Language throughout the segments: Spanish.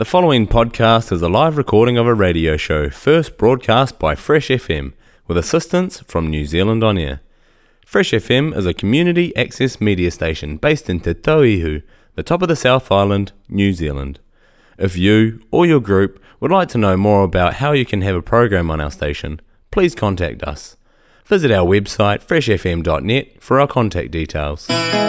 The following podcast is a live recording of a radio show first broadcast by Fresh FM with assistance from New Zealand On Air. Fresh FM is a community access media station based in Te Tauihu, the top of the South Island, New Zealand. If you or your group would like to know more about how you can have a program on our station, please contact us. Visit our website freshfm.net for our contact details.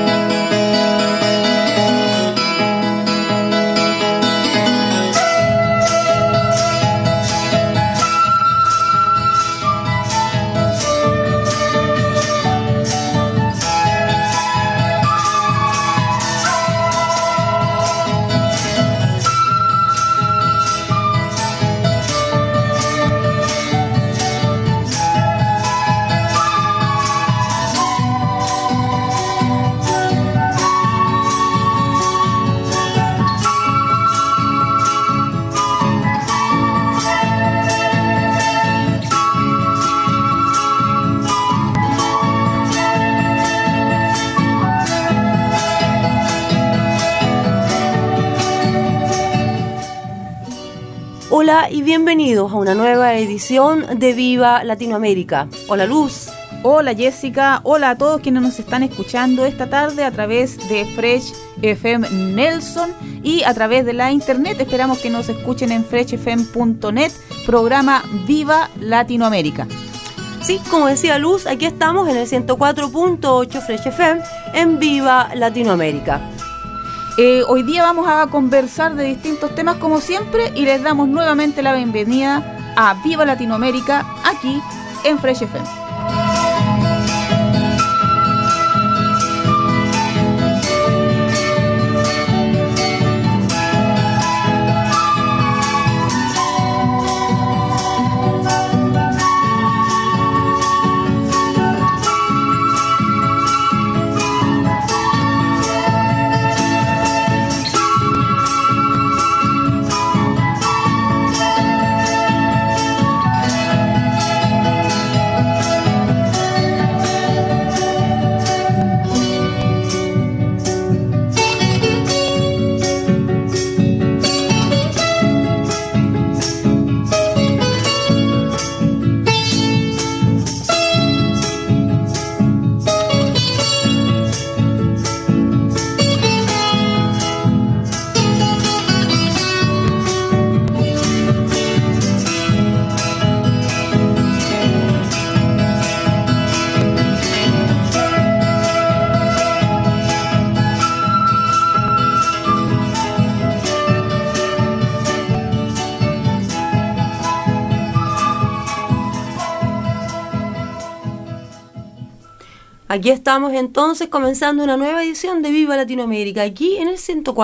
Hola y bienvenidos a una nueva edición de Viva Latinoamérica. Hola Luz. Hola Jessica, hola a todos quienes nos están escuchando esta tarde a través de Fresh FM Nelson y a través de la internet. Esperamos que nos escuchen en freshfm.net, programa Viva Latinoamérica. Sí, como decía Luz, aquí estamos en el 104.8 Fresh FM en Viva Latinoamérica. Hoy día vamos a conversar de distintos temas como siempre y les damos nuevamente la bienvenida a Viva Latinoamérica aquí en Fresh FM. Aquí estamos entonces comenzando una nueva edición de Viva Latinoamérica, aquí en el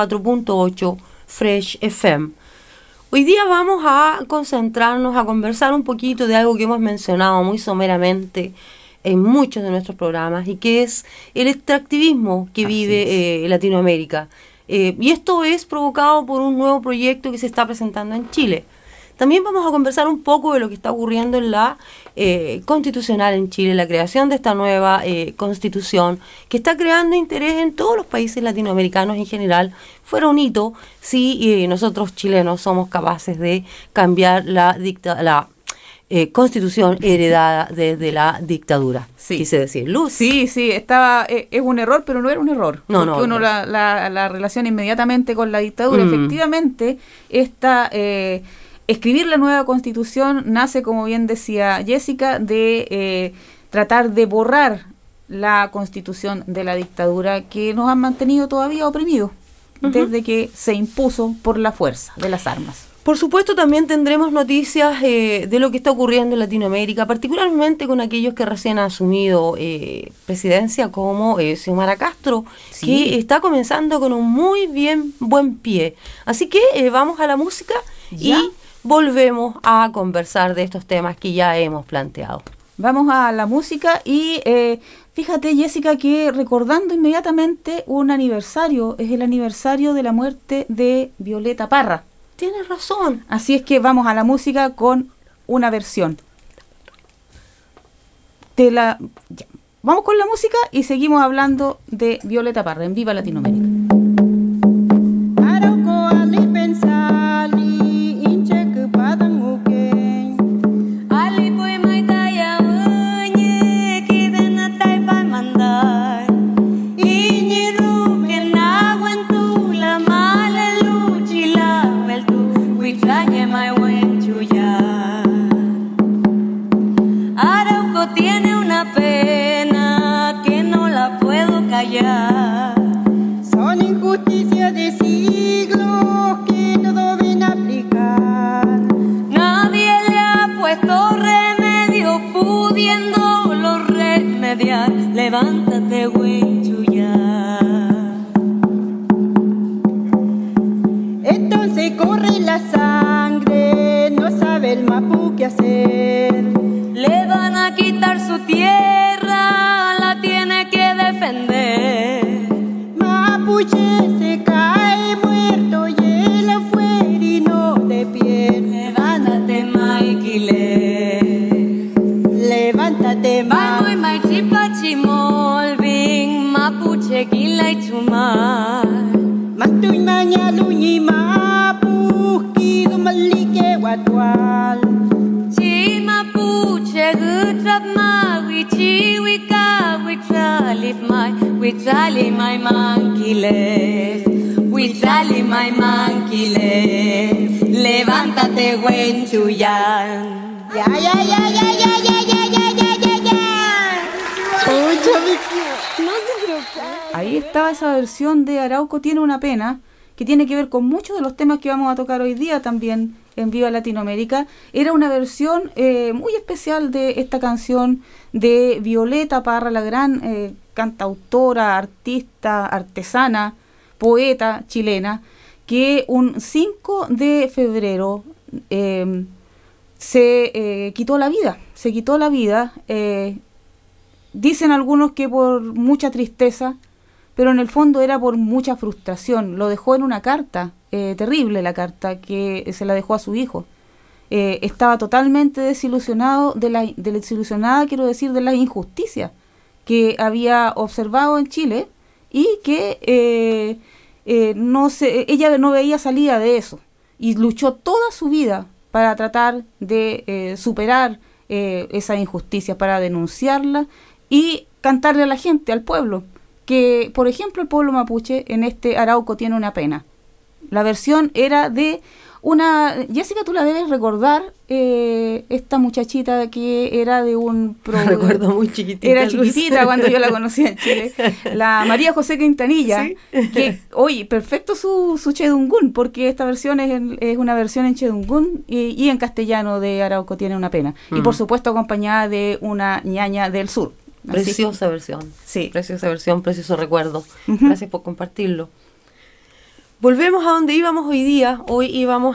104.8 Fresh FM. Hoy día vamos a concentrarnos, a conversar un poquito de algo que hemos mencionado muy someramente en muchos de nuestros programas y que es el extractivismo que vive Latinoamérica. Y esto es provocado por un nuevo proyecto que se está presentando en Chile. También vamos a conversar un poco de lo que está ocurriendo en la constitucional en Chile, la creación de esta nueva constitución que está creando interés en todos los países latinoamericanos en general. Fuera un hito si nosotros chilenos somos capaces de cambiar la constitución heredada desde la dictadura. Sí. Quise decir, Luz. Sí, es un error, pero no era un error. Porque uno la relaciona inmediatamente con la dictadura. Efectivamente, escribir la nueva constitución nace, como bien decía Jessica, de tratar de borrar la constitución de la dictadura que nos han mantenido todavía oprimidos desde que se impuso por la fuerza de las armas. Por supuesto, también tendremos noticias de lo que está ocurriendo en Latinoamérica, particularmente con aquellos que recién han asumido presidencia, como Xiomara Castro, sí, que está comenzando con un muy buen pie. Así que vamos a la música y volvemos a conversar de estos temas que ya hemos planteado. Vamos a la música y fíjate, Jessica, que recordando inmediatamente un aniversario, es el aniversario de la muerte de Violeta Parra. Tienes razón. Así es que vamos a la música con una versión. Vamos con la música y seguimos hablando de Violeta Parra en Viva Latinoamérica. Arauco ali pensar corre la sangre, no sabe el Mapu qué hacer. Le van a quitar su tierra, la tiene que defender. Mapuche se cae muerto y él afuerino de pie. Levántate, Maikile. Levántate, Mai mai chipachimolving, Mapuche kilai chumar. Mantuy mañaluñi Mapu, kido malike watual. Chi Mapuche gutrap ma, wichi wika, witralif mai, witrali mai mankile. Witrali mai mankile. Levántate, Huenchuyan. Ya. Ahí estaba esa versión de Arauco tiene una pena, que tiene que ver con muchos de los temas que vamos a tocar hoy día también en Viva Latinoamérica. Era una versión muy especial de esta canción de Violeta Parra, la gran cantautora, artista, artesana, poeta chilena, que un 5 de febrero se quitó la vida. Dicen algunos que por mucha tristeza, pero en el fondo era por mucha frustración. Lo dejó en una carta, terrible la carta, que se la dejó a su hijo. Estaba totalmente desilusionada, quiero decir, de las injusticias que había observado en Chile y que ella no veía salida de eso. Y luchó toda su vida para tratar de superar esa injusticia, para denunciarla y cantarle a la gente, al pueblo, que, por ejemplo, el pueblo mapuche en este Arauco tiene una pena. La versión era de una... Jessica, tú la debes recordar, esta muchachita que era de un... Recuerdo muy chiquitita. Era chiquitita cuando yo la conocí en Chile. La María José Quintanilla, ¿sí? Que, oye, perfecto su chedungún, porque esta versión es una versión en chedungún y en castellano de Arauco tiene una pena. Y por supuesto acompañada de una ñaña del sur. Preciosa versión. Sí. Preciosa versión, precioso recuerdo. Gracias por compartirlo. Volvemos a donde íbamos hoy día. Hoy íbamos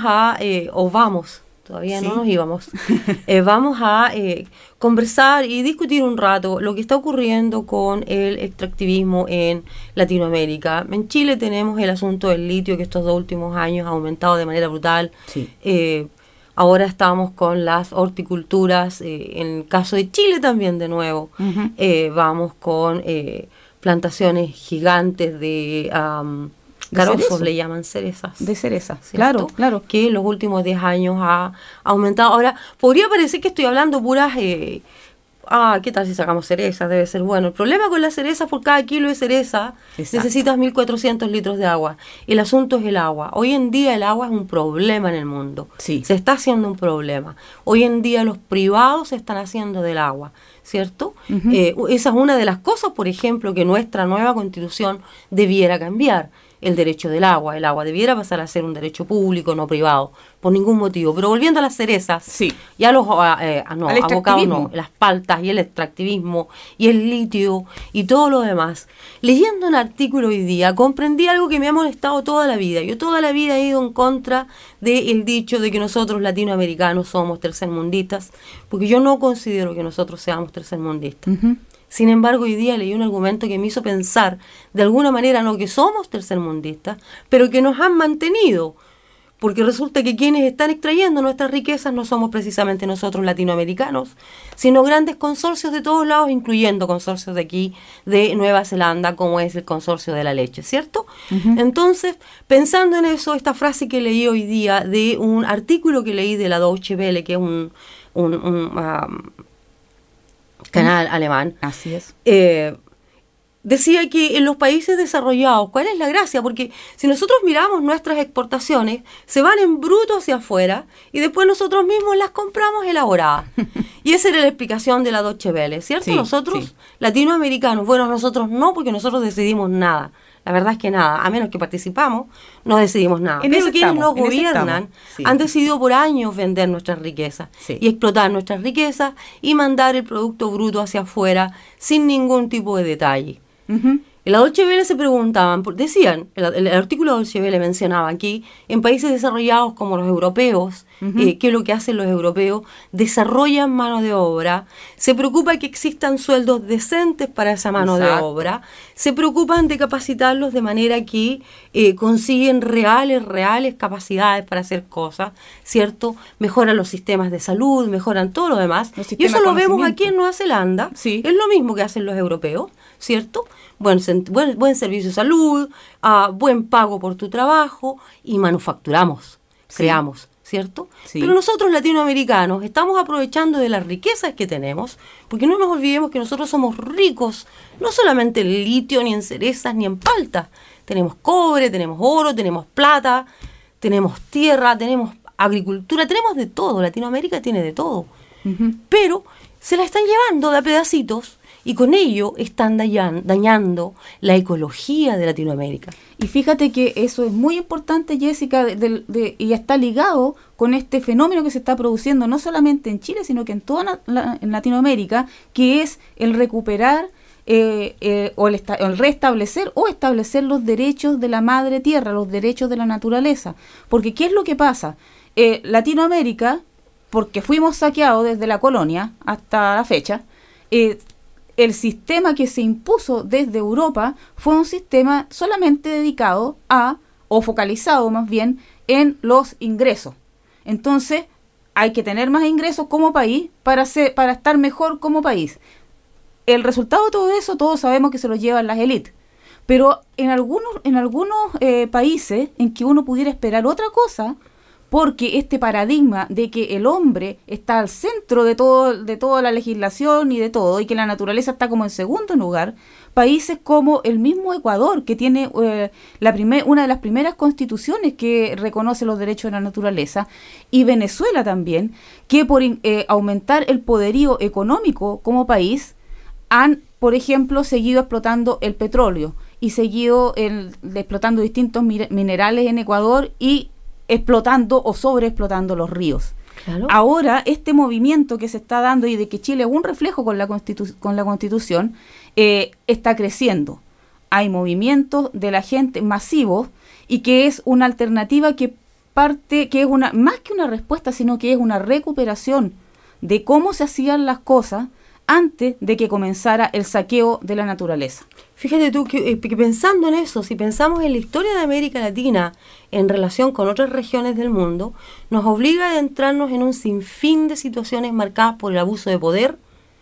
todavía no nos íbamos. Vamos a conversar y discutir un rato lo que está ocurriendo con el extractivismo en Latinoamérica. En Chile tenemos el asunto del litio, que estos 2 últimos años ha aumentado de manera brutal. Sí. Ahora estamos con las horticulturas, en el caso de Chile también de nuevo. Vamos con plantaciones gigantes de carozos, le llaman cerezas. De cereza, ¿cierto? Claro. Que en los últimos 10 años ha aumentado. Ahora, podría parecer que estoy hablando puras... ¿qué tal si sacamos cerezas? Debe ser bueno. El problema con las cerezas, por cada kilo de cereza, necesitas 1.400 litros de agua. Y el asunto es el agua. Hoy en día el agua es un problema en el mundo. Sí. Se está haciendo un problema. Hoy en día los privados se están haciendo del agua, ¿cierto? Esa es una de las cosas, por ejemplo, que nuestra nueva Constitución debiera cambiar. El derecho del agua. El agua debiera pasar a ser un derecho público, no privado, por ningún motivo. Pero volviendo a las cerezas, sí. Ya los abocados no, las paltas y el extractivismo y el litio y todo lo demás. Leyendo un artículo hoy día, comprendí algo que me ha molestado toda la vida. Yo toda la vida he ido en contra del dicho de que nosotros latinoamericanos somos tercermundistas, porque yo no considero que nosotros seamos tercermundistas. Sin embargo, hoy día leí un argumento que me hizo pensar, de alguna manera, no que somos tercermundistas, pero que nos han mantenido. Porque resulta que quienes están extrayendo nuestras riquezas no somos precisamente nosotros latinoamericanos, sino grandes consorcios de todos lados, incluyendo consorcios de aquí, de Nueva Zelanda, como es el consorcio de la leche, ¿cierto? Entonces, pensando en eso, esta frase que leí hoy día de un artículo que leí de la Deutsche Welle, que es un canal alemán. Así es. Decía que en los países desarrollados, ¿cuál es la gracia? Porque si nosotros miramos nuestras exportaciones, se van en bruto hacia afuera y después nosotros mismos las compramos elaboradas. Y esa era la explicación de la Deutsche Welle, ¿cierto? Sí, nosotros, latinoamericanos, bueno, nosotros no, porque nosotros decidimos nada. La verdad es que nada, a menos que participamos, no decidimos nada. Pero quienes nos gobiernan han decidido por años vender nuestras riquezas y explotar nuestras riquezas y mandar el producto bruto hacia afuera sin ningún tipo de detalle. En la Deutsche Welle se preguntaban, decían, el artículo de Deutsche Welle mencionaba aquí, en países desarrollados como los europeos, ¿qué es lo que hacen los europeos? Desarrollan mano de obra, se preocupa que existan sueldos decentes para esa mano de obra, se preocupan de capacitarlos de manera que consiguen reales capacidades para hacer cosas, ¿cierto? Mejoran los sistemas de salud, mejoran todo lo demás. Y eso lo vemos aquí en Nueva Zelanda, sí. Es lo mismo que hacen los europeos, ¿cierto? Buen servicio de salud, buen pago por tu trabajo y manufacturamos, creamos, ¿cierto? Sí. Pero nosotros latinoamericanos estamos aprovechando de las riquezas que tenemos, porque no nos olvidemos que nosotros somos ricos, no solamente en litio, ni en cerezas, ni en palta. Tenemos cobre, tenemos oro, tenemos plata, tenemos tierra, tenemos agricultura, tenemos de todo. Latinoamérica tiene de todo. Pero se la están llevando de a pedacitos y con ello están dañando la ecología de Latinoamérica. Y fíjate que eso es muy importante, Jessica, y está ligado con este fenómeno que se está produciendo no solamente en Chile, sino que en toda en Latinoamérica, que es el recuperar el restablecer o establecer los derechos de la madre tierra, los derechos de la naturaleza. Porque ¿qué es lo que pasa? Latinoamérica, porque fuimos saqueados desde la colonia hasta la fecha, el sistema que se impuso desde Europa fue un sistema solamente dedicado o focalizado más bien, en los ingresos. Entonces, hay que tener más ingresos como país para estar mejor como país. El resultado de todo eso, todos sabemos que se lo llevan las élites. Pero en algunos países en que uno pudiera esperar otra cosa, porque este paradigma de que el hombre está al centro de toda la legislación y de todo, y que la naturaleza está como en segundo lugar, países como el mismo Ecuador, que tiene una de las primeras constituciones que reconoce los derechos de la naturaleza, y Venezuela también, que por aumentar el poderío económico como país, han, por ejemplo, seguido explotando el petróleo y seguido explotando distintos minerales en Ecuador y explotando o sobreexplotando los ríos. Claro. Ahora, este movimiento que se está dando y de que Chile es un reflejo con la Constitución, está creciendo. Hay movimientos de la gente masivos y que es una alternativa que es más que una respuesta, sino que es una recuperación de cómo se hacían las cosas antes de que comenzara el saqueo de la naturaleza. Fíjate tú que pensando en eso, si pensamos en la historia de América Latina en relación con otras regiones del mundo, nos obliga a adentrarnos en un sinfín de situaciones marcadas por el abuso de poder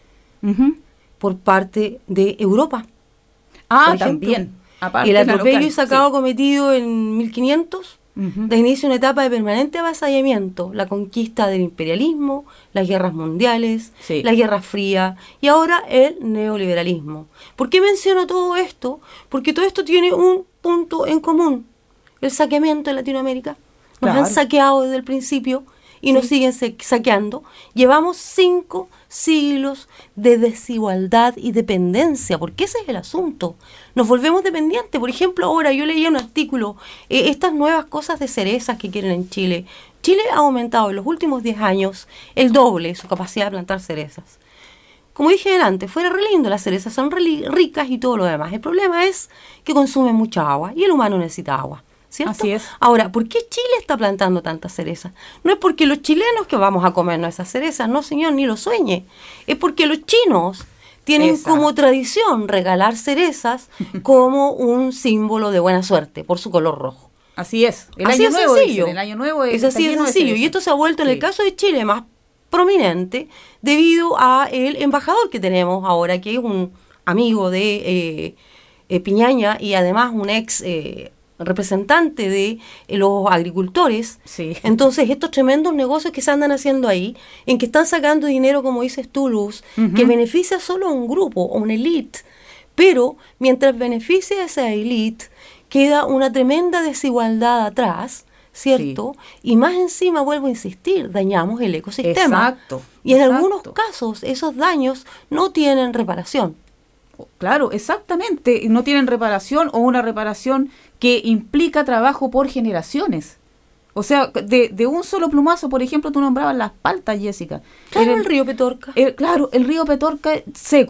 por parte de Europa. Por ejemplo, también. Aparte, el atropello local, y sacado cometido en 1500 da inicio a una etapa de permanente avasallamiento, la conquista del imperialismo, las guerras mundiales, la Guerra Fría y ahora el neoliberalismo. ¿Por qué menciono todo esto? Porque todo esto tiene un punto en común, el saqueamiento de Latinoamérica. Nos han saqueado desde el principio y nos siguen saqueando. Llevamos 5 siglos de desigualdad y dependencia, porque ese es el asunto. Nos volvemos dependientes. Por ejemplo, ahora yo leía un artículo, estas nuevas cosas de cerezas que quieren en Chile. Chile ha aumentado en los últimos 10 años el doble su capacidad de plantar cerezas. Como dije antes, fuera re lindo, las cerezas son ricas y todo lo demás. El problema es que consumen mucha agua y el humano necesita agua. ¿Cierto? Así es. Ahora, ¿por qué Chile está plantando tantas cerezas? No es porque los chilenos que vamos a comernos esas cerezas, no señor, ni lo sueñe. Es porque los chinos tienen como tradición regalar cerezas como un símbolo de buena suerte, por su color rojo. Así es. El año nuevo, dicen, el año nuevo es así de sencillo. Y esto se ha vuelto en el caso de Chile más prominente debido a el embajador que tenemos ahora, que es un amigo de Piñaña y además un ex representante de los agricultores. Entonces estos tremendos negocios que se andan haciendo ahí, en que están sacando dinero, como dices tú, Luz, que beneficia solo a un grupo o una élite, pero mientras beneficia a esa élite queda una tremenda desigualdad atrás, ¿cierto? Y más encima, vuelvo a insistir, dañamos el ecosistema. Y en algunos casos esos daños no tienen reparación. Claro, exactamente, no tienen reparación o una reparación que implica trabajo por generaciones. O sea, de un solo plumazo, por ejemplo, tú nombrabas las paltas, Jessica. Claro, el río Petorca. El río Petorca seco.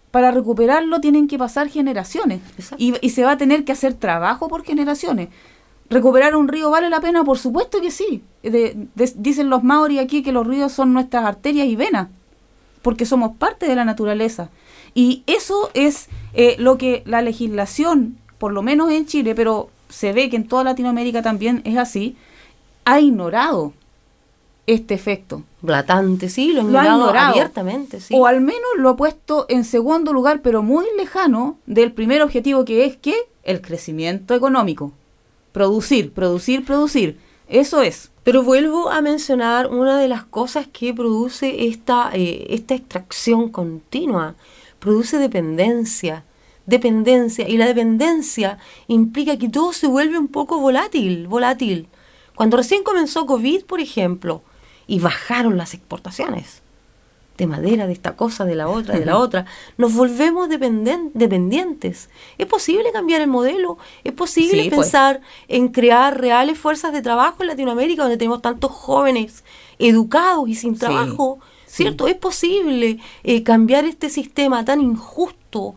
para recuperarlo tienen que pasar generaciones. Exacto. Y se va a tener que hacer trabajo por generaciones. ¿Recuperar un río vale la pena? Por supuesto que sí. Dicen los maorí aquí que los ríos son nuestras arterias y venas, porque somos parte de la naturaleza. Y eso es lo que la legislación, por lo menos en Chile, pero se ve que en toda Latinoamérica también es así, ha ignorado este efecto. Blatante, sí, lo ha ha ignorado ignorado abiertamente, sí. O al menos lo ha puesto en segundo lugar, pero muy lejano del primer objetivo, que es ¿qué? El crecimiento económico. Producir. Eso es. Pero vuelvo a mencionar una de las cosas que produce esta extracción continua. Produce dependencia. Y la dependencia implica que todo se vuelve un poco volátil. Cuando recién comenzó COVID, por ejemplo, y bajaron las exportaciones de madera, de esta cosa, de la otra, nos volvemos dependientes. ¿Es posible cambiar el modelo? ¿Es posible pensar en crear reales fuerzas de trabajo en Latinoamérica, donde tenemos tantos jóvenes educados y sin trabajo? ¿Cierto? ¿Es posible cambiar este sistema tan injusto,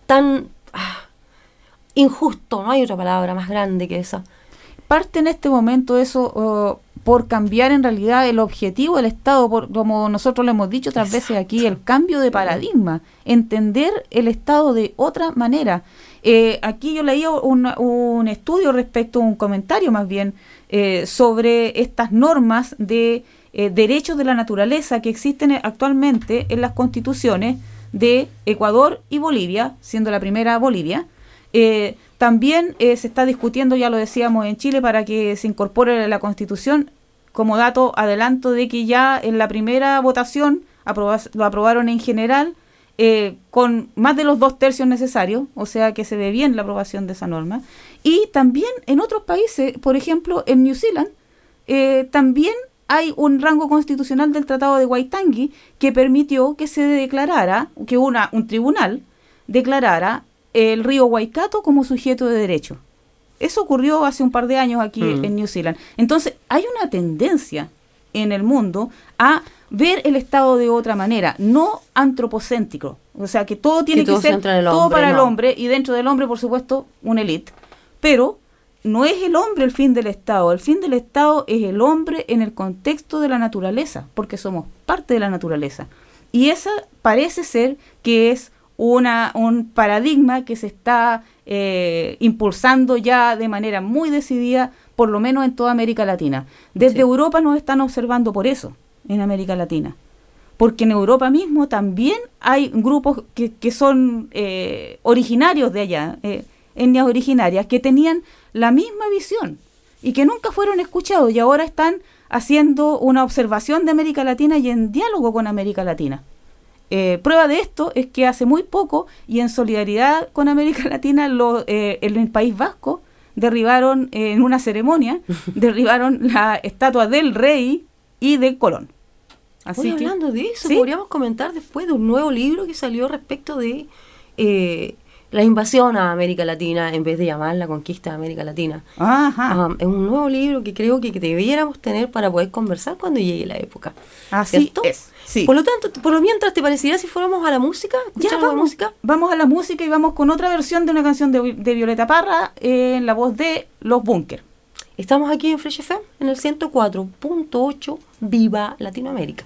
injusto? No hay otra palabra más grande que esa. Parte en este momento eso por cambiar en realidad el objetivo del Estado, como nosotros lo hemos dicho otras veces aquí, el cambio de paradigma, entender el Estado de otra manera. Aquí yo leía un estudio respecto, un comentario más bien, sobre estas normas de derechos de la naturaleza que existen actualmente en las constituciones de Ecuador y Bolivia, siendo la primera Bolivia. También se está discutiendo, ya lo decíamos, en Chile, para que se incorpore la Constitución. Como dato, adelanto de que ya en la primera votación lo aprobaron en general con más de los 2/3 necesarios, o sea que se ve bien la aprobación de esa norma. Y también en otros países, por ejemplo en New Zealand, también hay un rango constitucional del Tratado de Waitangi que permitió que se declarara, que un tribunal declarara el río Waikato como sujeto de derecho. Eso ocurrió hace un par de años aquí en New Zealand. Entonces, hay una tendencia en el mundo a ver el Estado de otra manera, no antropocéntrico. O sea, que todo tiene que ser todo para el hombre, y dentro del hombre, por supuesto, una élite. Pero no es el hombre el fin del Estado. El fin del Estado es el hombre en el contexto de la naturaleza, porque somos parte de la naturaleza. Y esa parece ser que es un paradigma que se está impulsando ya de manera muy decidida, por lo menos en toda América Latina. Desde Europa nos están observando por eso, en América Latina. Porque en Europa mismo también hay grupos que son originarios de allá, etnias originarias, que tenían la misma visión y que nunca fueron escuchados, y ahora están haciendo una observación de América Latina y en diálogo con América Latina. Prueba de esto es que hace muy poco, y en solidaridad con América Latina, en el País Vasco derribaron, en una ceremonia, derribaron la estatua del rey y de Colón. Así que, hablando de eso, ¿sí? Podríamos comentar después de un nuevo libro que salió respecto de la invasión a América Latina, en vez de llamar la conquista de América Latina. Ajá. Es un nuevo libro que creo que debiéramos tener para poder conversar cuando llegue la época. Así ¿cierto? es. Sí. Por lo tanto, por lo mientras, ¿te parecería si fuéramos a la música? Ya ¿Escuchar algo de música? Vamos a la música y vamos con otra versión de una canción de Violeta Parra en la voz de Los Bunkers. Estamos aquí en Fresh FM, en el 104.8, Viva Latinoamérica.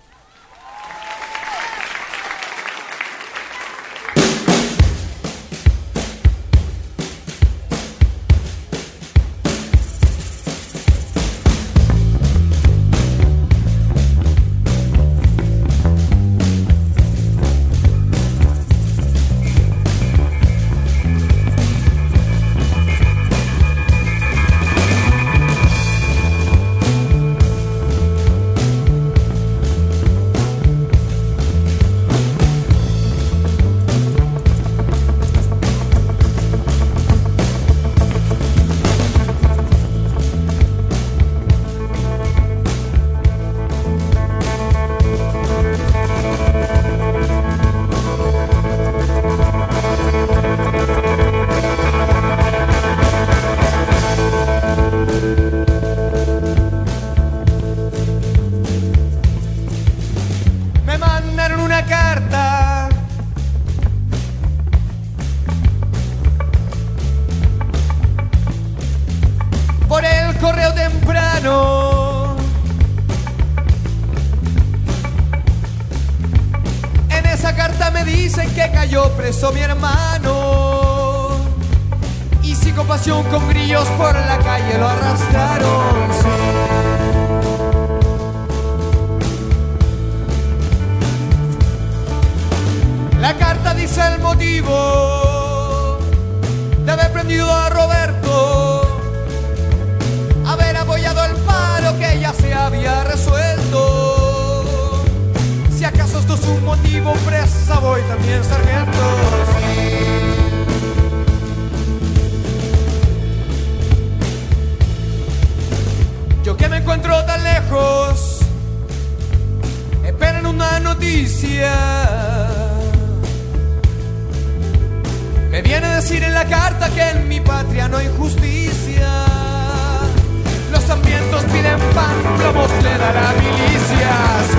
cayó preso mi hermano, y si con pasión con grillos por la calle lo arrastraron, sí. La carta dice el motivo de haber prendido a Roberto, haber apoyado el paro que ya se había resuelto. Si acaso esto es un motivo, presa voy también, sargento, sí. Yo que me encuentro tan lejos, esperen una noticia. Me viene a decir en la carta que en mi patria no hay justicia. Los hambrientos piden pan, plomos le da la milicia, sí.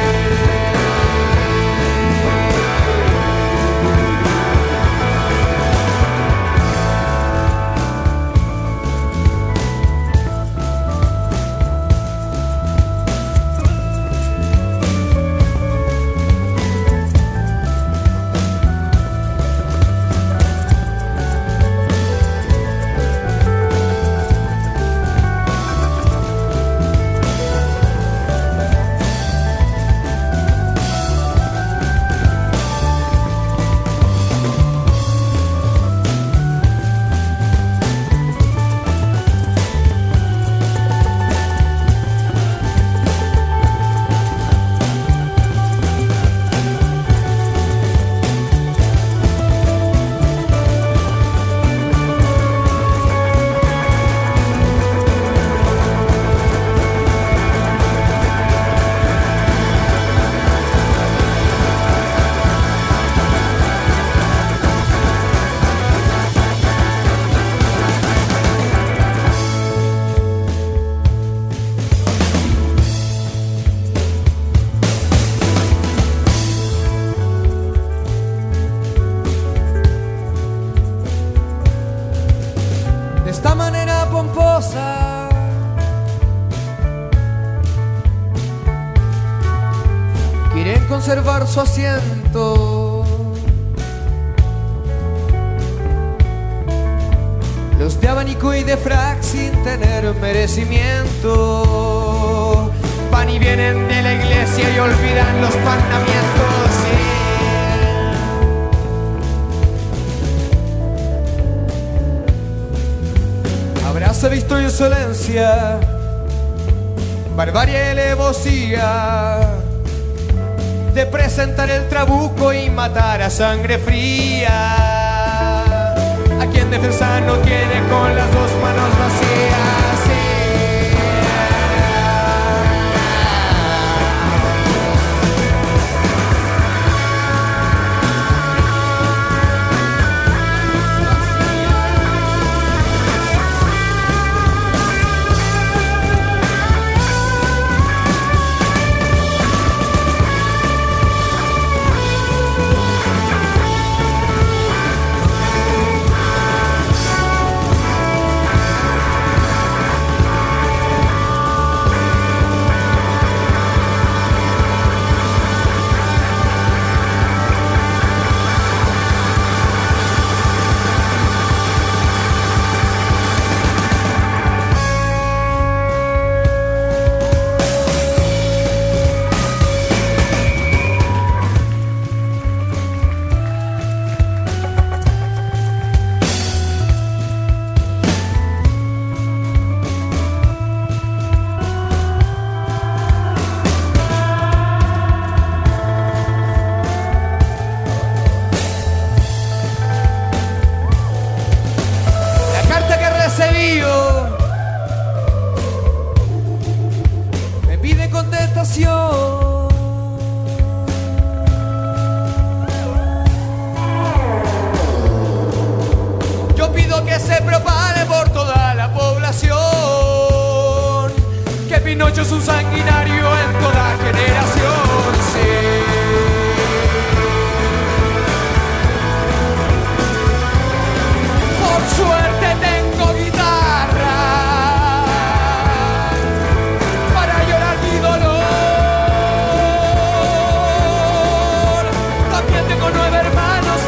Conservar su asiento. Los de abanico y de frac sin tener merecimiento van y vienen de la iglesia y olvidan los mandamientos, sí. Habráse visto insolencia, barbarie y alevosía de presentar el trabuco y matar a sangre fría a quien defensa no tiene con las dos manos vacías, sí. Yo pido que se propague por toda la población que Pinocho es un sanguinario en toda generación, sí. Por suerte tengo guitarra para llorar mi dolor. También tengo 9 hermanos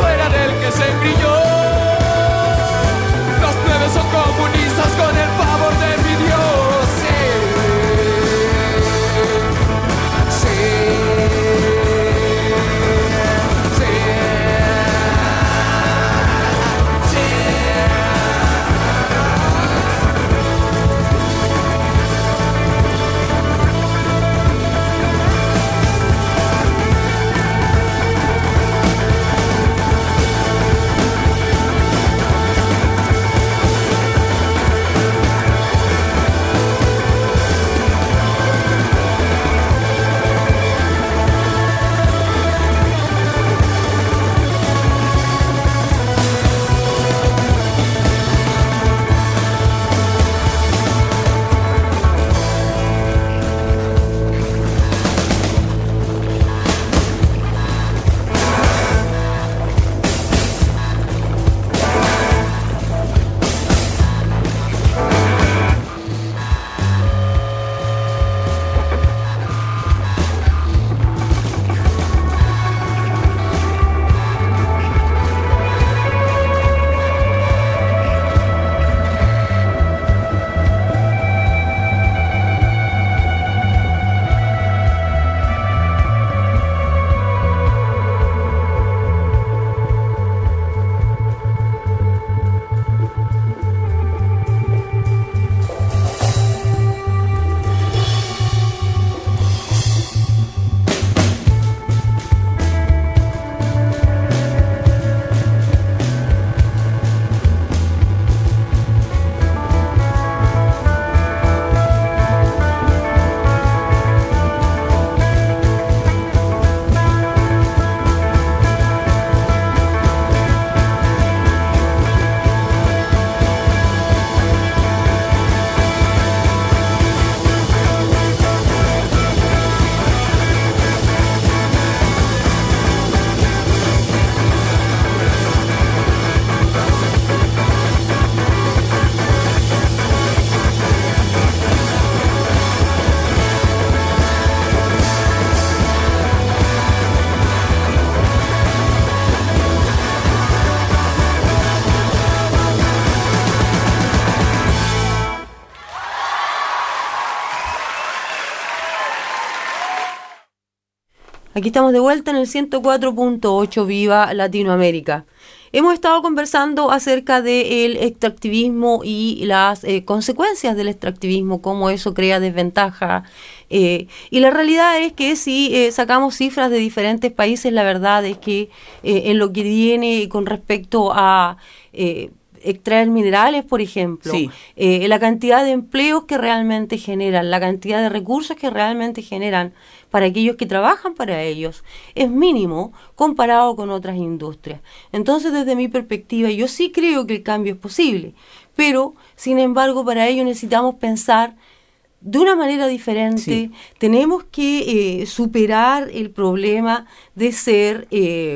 Aquí estamos de vuelta en el 104.8 Viva Latinoamérica. Hemos estado conversando acerca del extractivismo y las consecuencias del extractivismo, cómo eso crea desventaja. Y la realidad es que si sacamos cifras de diferentes países, la verdad es que en lo que viene con respecto a extraer minerales, por ejemplo, Sí. La cantidad de empleos que realmente generan, la cantidad de recursos que realmente generan para aquellos que trabajan para ellos, es mínimo comparado con otras industrias. Entonces, desde mi perspectiva, yo sí creo que el cambio es posible, pero, sin embargo, para ello necesitamos pensar de una manera diferente. Sí. Tenemos que superar el problema de ser...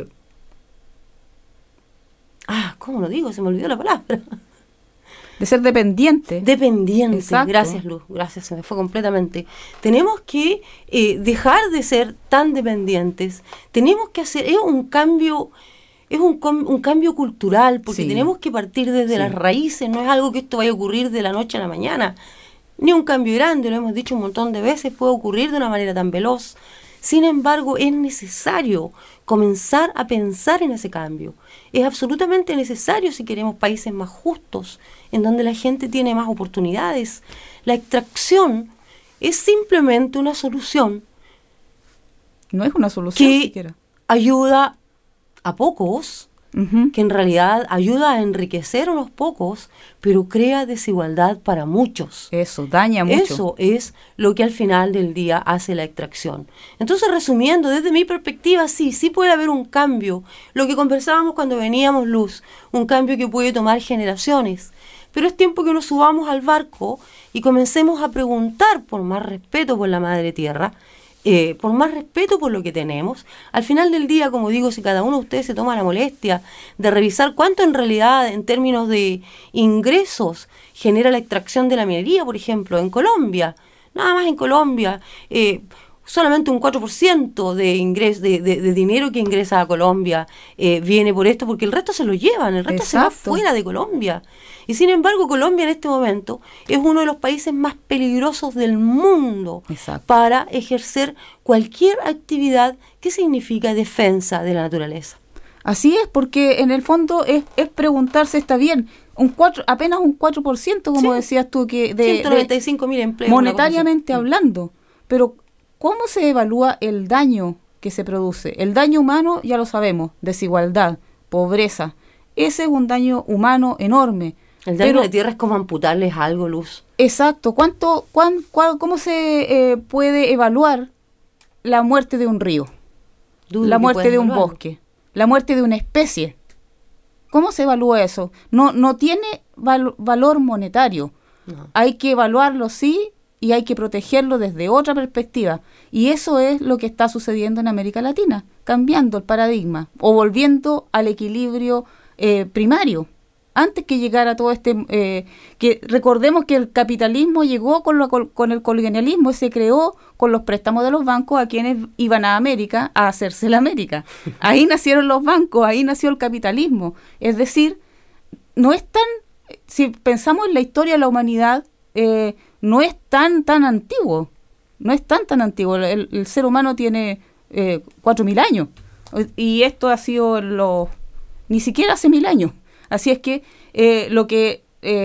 ¿cómo lo digo? Se me olvidó la palabra. De ser dependiente. Dependiente. Exacto. Gracias, Luz. Gracias, se me fue completamente. Tenemos que dejar de ser tan dependientes. Tenemos que hacer... Es un cambio... Es un cambio cultural, porque Sí. tenemos que partir desde Sí. las raíces. No es algo que esto vaya a ocurrir de la noche a la mañana. Ni un cambio grande, lo hemos dicho un montón de veces, puede ocurrir de una manera tan veloz. Sin embargo, es necesario comenzar a pensar en ese cambio. Es absolutamente necesario si queremos países más justos, en donde la gente tiene más oportunidades. La extracción es simplemente una solución No es una solución que siquiera. ayuda a pocos, Ujú. que en realidad ayuda a enriquecer a unos pocos, pero crea desigualdad para muchos. Eso, daña mucho. Eso es lo que al final del día hace la extracción. Entonces, resumiendo, desde mi perspectiva, sí puede haber un cambio. Lo que conversábamos cuando veníamos, Luz, un cambio que puede tomar generaciones. Pero es tiempo que nos subamos al barco y comencemos a preguntar por más respeto por la madre tierra, por más respeto por lo que tenemos. Al final del día, como digo, si cada uno de ustedes se toma la molestia de revisar cuánto en realidad en términos de ingresos genera la extracción de la minería, por ejemplo, en Colombia, nada más en Colombia, solamente un 4% de dinero que ingresa a Colombia viene por esto, porque el resto se lo llevan, el resto se va Exacto. fuera de Colombia. Y sin embargo, Colombia en este momento es uno de los países más peligrosos del mundo Exacto. para ejercer cualquier actividad que significa defensa de la naturaleza. Así es, porque en el fondo es preguntarse, está bien, apenas un 4%, como Sí. decías tú, que de 195.000 empleos. una cosa así. monetariamente hablando. Pero, ¿cómo se evalúa el daño que se produce? El daño humano, ya lo sabemos, desigualdad, pobreza. Ese es un daño humano enorme. El daño Pero- a la tierra es como amputarles algo, Luz. Exacto. ¿Cómo se puede evaluar la muerte de un río? Dudo La que muerte puedas de un evaluarlo. bosque, la muerte de una especie. ¿Cómo se evalúa eso? No tiene valor monetario. No. Hay que evaluarlo, sí, y hay que protegerlo desde otra perspectiva. Y eso es lo que está sucediendo en América Latina, cambiando el paradigma o volviendo al equilibrio primario. Antes que llegara todo que recordemos que el capitalismo llegó con el colonialismo y se creó con los préstamos de los bancos a quienes iban a América a hacerse la América. Ahí nacieron los bancos, ahí nació el capitalismo. Es decir, no es tan, si pensamos en la historia de la humanidad, no es tan antiguo. No es tan antiguo. El ser humano tiene 4.000 años. Y esto ha sido ni siquiera hace 1.000 años. Así es que lo que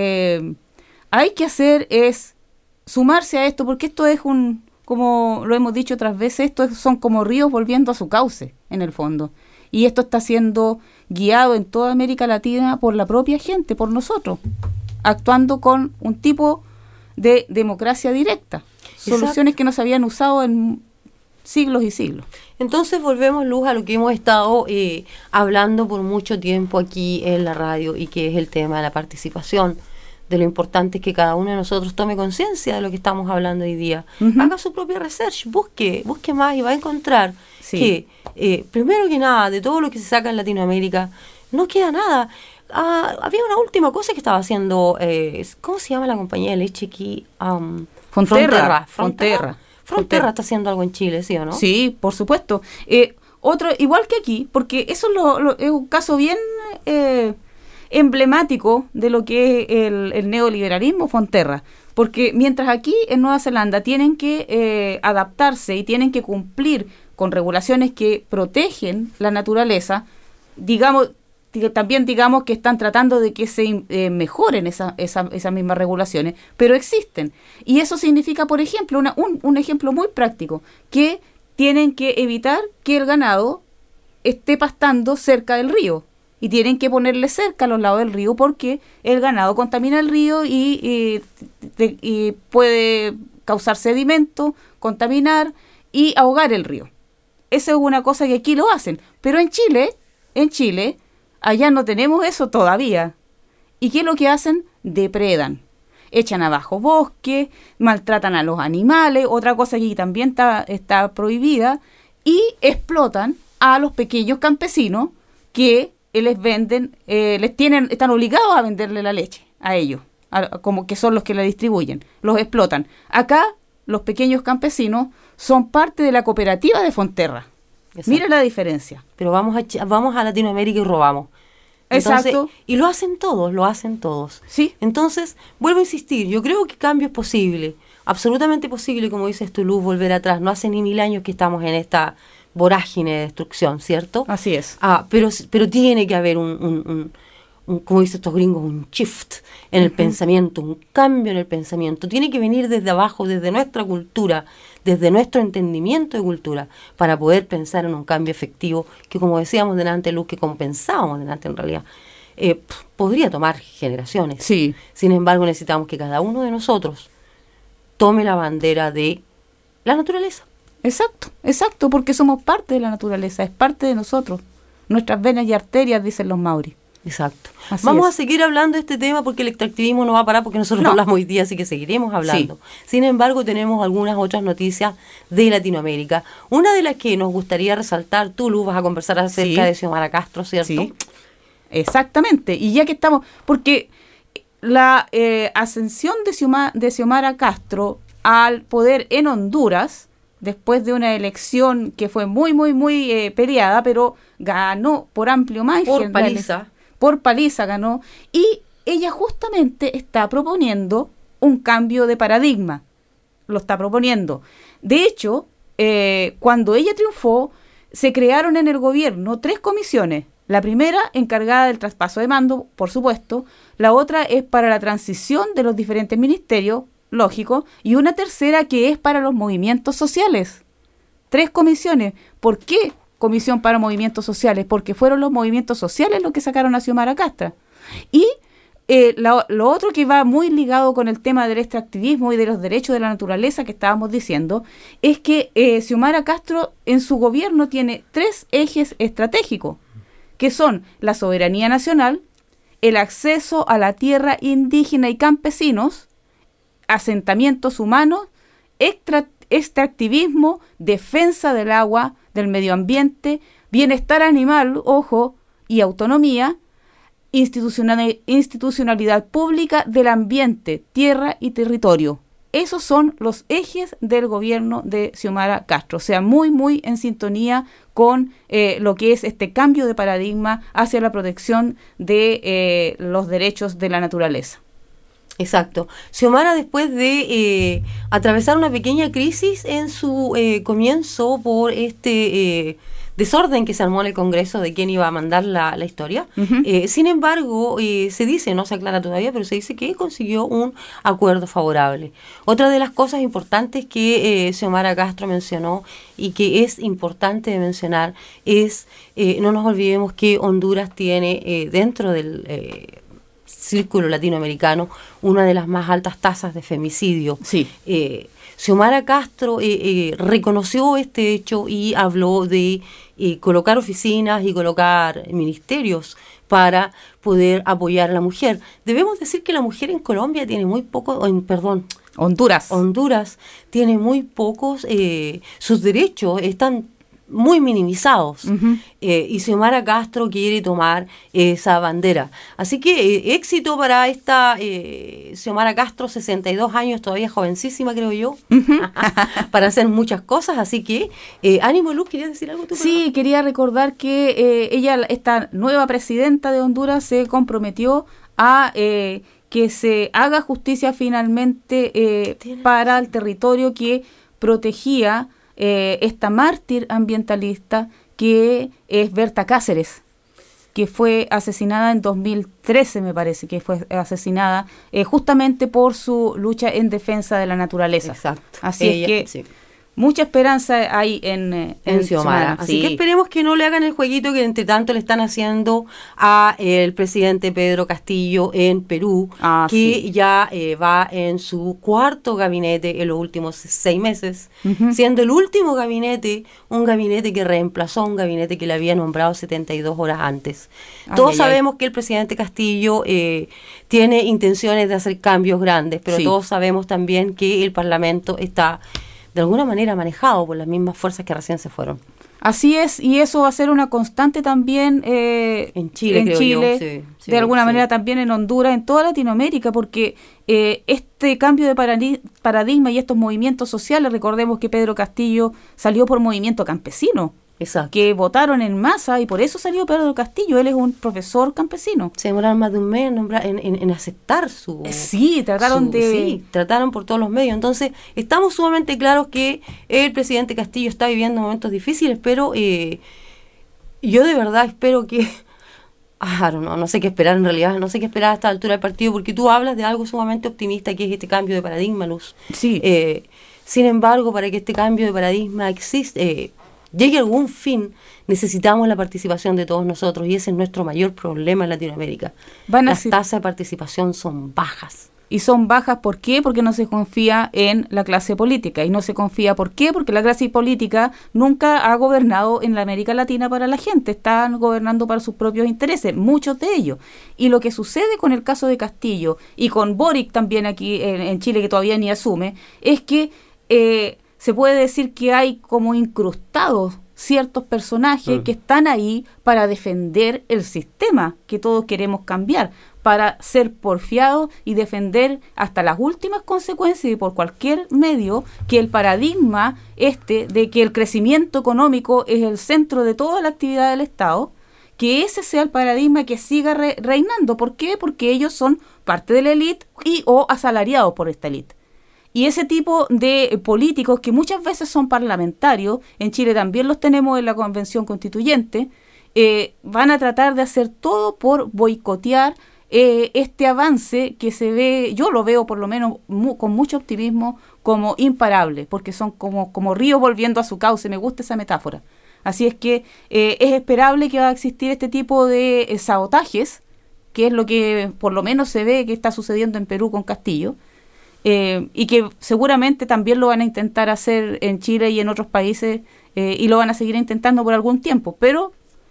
hay que hacer es sumarse a esto, porque esto es como lo hemos dicho otras veces, son como ríos volviendo a su cauce, en el fondo. Y esto está siendo guiado en toda América Latina por la propia gente, por nosotros, actuando con un tipo de democracia directa. Soluciones que no se habían usado en siglos y siglos. Entonces volvemos, Luz, a lo que hemos estado hablando por mucho tiempo aquí en la radio, y que es el tema de la participación, de lo importante es que cada uno de nosotros tome conciencia de lo que estamos hablando hoy día. Ujú. Haga su propia research, busque más y va a encontrar Sí. que, primero que nada, de todo lo que se saca en Latinoamérica, no queda nada. Había una última cosa que estaba haciendo, ¿cómo se llama la compañía de leche aquí? Frontera. Frontera está haciendo algo en Chile, ¿sí o no? Sí, por supuesto. Otro, igual que aquí, porque eso es un caso bien emblemático de lo que es el neoliberalismo, Frontera. Porque mientras aquí en Nueva Zelanda tienen que adaptarse y tienen que cumplir con regulaciones que protegen la naturaleza, también digamos que están tratando de que se mejoren esas mismas regulaciones, pero existen. Y eso significa, por ejemplo, un ejemplo muy práctico, que tienen que evitar que el ganado esté pastando cerca del río. Y tienen que ponerle cerca a los lados del río porque el ganado contamina el río y puede causar sedimento, contaminar y ahogar el río. Esa es una cosa que aquí lo hacen. Pero en Chile, allá no tenemos eso todavía. ¿Y qué es lo que hacen? Depredan. Echan abajo bosque, maltratan a los animales, otra cosa que también está prohibida, y explotan a los pequeños campesinos que les venden, están obligados a venderle la leche a ellos, como que son los que la distribuyen, los explotan. Acá los pequeños campesinos son parte de la cooperativa de Fonterra. Exacto. Mira la diferencia. Pero vamos a Latinoamérica y robamos. Entonces, exacto. Y lo hacen todos. Sí. Entonces, vuelvo a insistir, yo creo que cambio es posible, absolutamente posible, como dices tú, Luz, volver atrás. No hace ni 1000 años que estamos en esta vorágine de destrucción, ¿cierto? Así es. Pero tiene que haber un como dicen estos gringos, un shift en el pensamiento, un cambio en el pensamiento. Tiene que venir desde abajo, desde nuestra cultura, desde nuestro entendimiento de cultura, para poder pensar en un cambio efectivo que, como decíamos delante, Luz, que como pensábamos delante en realidad, podría tomar generaciones. Sí. Sin embargo, necesitamos que cada uno de nosotros tome la bandera de la naturaleza. Exacto, porque somos parte de la naturaleza, es parte de nosotros. Nuestras venas y arterias, dicen los maoris. Exacto. Así Vamos es. a seguir hablando de este tema porque el extractivismo no va a parar porque nosotros no hablamos hoy día, así que seguiremos hablando. Sí. Sin embargo, tenemos algunas otras noticias de Latinoamérica. Una de las que nos gustaría resaltar, tú, Luz, vas a conversar acerca de Xiomara Castro, ¿cierto? Sí, exactamente. Y ya que estamos, porque la ascensión de Xiomara Castro al poder en Honduras, después de una elección que fue muy peleada, pero ganó por amplio margen. Por paliza ganó, y ella justamente está proponiendo un cambio de paradigma. Lo está proponiendo. De hecho, cuando ella triunfó, se crearon en el gobierno 3 comisiones. La primera, encargada del traspaso de mando, por supuesto. La otra es para la transición de los diferentes ministerios, lógico. Y una tercera que es para los movimientos sociales. 3 comisiones. ¿Por qué comisión para movimientos sociales? Porque fueron los movimientos sociales los que sacaron a Xiomara Castro. Y lo otro que va muy ligado con el tema del extractivismo y de los derechos de la naturaleza que estábamos diciendo, es que Xiomara Castro en su gobierno tiene 3 ejes estratégicos, que son la soberanía nacional, el acceso a la tierra indígena y campesinos, asentamientos humanos, extractivismo, defensa del agua, del medio ambiente, bienestar animal, ojo, y autonomía, institucionalidad pública del ambiente, tierra y territorio. Esos son los ejes del gobierno de Xiomara Castro, o sea, muy en sintonía con lo que es este cambio de paradigma hacia la protección de los derechos de la naturaleza. Exacto. Xiomara, después de atravesar una pequeña crisis en su comienzo por este desorden que se armó en el Congreso de quién iba a mandar la historia, sin embargo, se dice, no se aclara todavía, pero se dice que consiguió un acuerdo favorable. Otra de las cosas importantes que Xiomara Castro mencionó y que es importante de mencionar es, no nos olvidemos que Honduras tiene dentro del círculo latinoamericano una de las más altas tasas de femicidio. Sí. Xiomara Castro reconoció este hecho y habló de colocar oficinas y colocar ministerios para poder apoyar a la mujer. Debemos decir que la mujer en Colombia tiene muy poco, Honduras tiene muy pocos, sus derechos están muy minimizados, y Xiomara Castro quiere tomar esa bandera. Así que éxito para esta Xiomara Castro, 62 años, todavía jovencísima, creo yo, para hacer muchas cosas. Así que ánimo, Luz, ¿querías decir algo tú? Sí, quería recordar que ella, esta nueva presidenta de Honduras, se comprometió a que se haga justicia finalmente para el territorio que protegía esta mártir ambientalista que es Berta Cáceres, que fue asesinada en 2013, me parece, que fue asesinada justamente por su lucha en defensa de la naturaleza. Exacto. Así Ella, es que sí. mucha esperanza hay en Xiomara. Así sí. que esperemos que no le hagan el jueguito que entre tanto le están haciendo a el presidente Pedro Castillo en Perú, que sí. ya va en su cuarto gabinete en los últimos 6 meses, Ujú. siendo el último gabinete un gabinete que reemplazó a un gabinete que le había nombrado 72 horas antes. Todos sabemos que el presidente Castillo tiene intenciones de hacer cambios grandes, pero Sí. todos sabemos también que el Parlamento está de alguna manera manejado por las mismas fuerzas que recién se fueron. Así es, y eso va a ser una constante también en Chile, creo yo. Sí, de alguna sí. manera también en Honduras, en toda Latinoamérica, porque este cambio de paradigma y estos movimientos sociales, recordemos que Pedro Castillo salió por movimiento campesino, Exacto. que votaron en masa y por eso salió Pedro Castillo, él es un profesor campesino. Se demoraron más de un mes en aceptar su... Sí, trataron Sí, trataron por todos los medios. Entonces, estamos sumamente claros que el presidente Castillo está viviendo momentos difíciles, pero yo de verdad espero que... no sé qué esperar en realidad, no sé qué esperar a esta altura del partido, porque tú hablas de algo sumamente optimista, que es este cambio de paradigma, Luz. Sí. Sin embargo, para que este cambio de paradigma llegue a algún fin, necesitamos la participación de todos nosotros, y ese es nuestro mayor problema en Latinoamérica. Las tasas de participación son bajas. Y son bajas, ¿por qué? Porque no se confía en la clase política. Y no se confía, ¿por qué? Porque la clase política nunca ha gobernado en la América Latina para la gente. Están gobernando para sus propios intereses, muchos de ellos. Y lo que sucede con el caso de Castillo, y con Boric también aquí en Chile, que todavía ni asume, es que se puede decir que hay como incrustados ciertos personajes que están ahí para defender el sistema que todos queremos cambiar, para ser porfiados y defender hasta las últimas consecuencias y por cualquier medio que el paradigma de que el crecimiento económico es el centro de toda la actividad del Estado, que ese sea el paradigma que siga reinando. ¿Por qué? Porque ellos son parte de la élite o asalariados por esta élite. Y ese tipo de políticos que muchas veces son parlamentarios, en Chile también los tenemos en la Convención Constituyente, van a tratar de hacer todo por boicotear este avance que se ve, yo lo veo por lo menos con mucho optimismo, como imparable, porque son como ríos volviendo a su cauce. Me gusta esa metáfora. Así es que es esperable que va a existir este tipo de sabotajes, que es lo que por lo menos se ve que está sucediendo en Perú con Castillo. Y que seguramente también lo van a intentar hacer en Chile y en otros países, y lo van a seguir intentando por algún tiempo, pero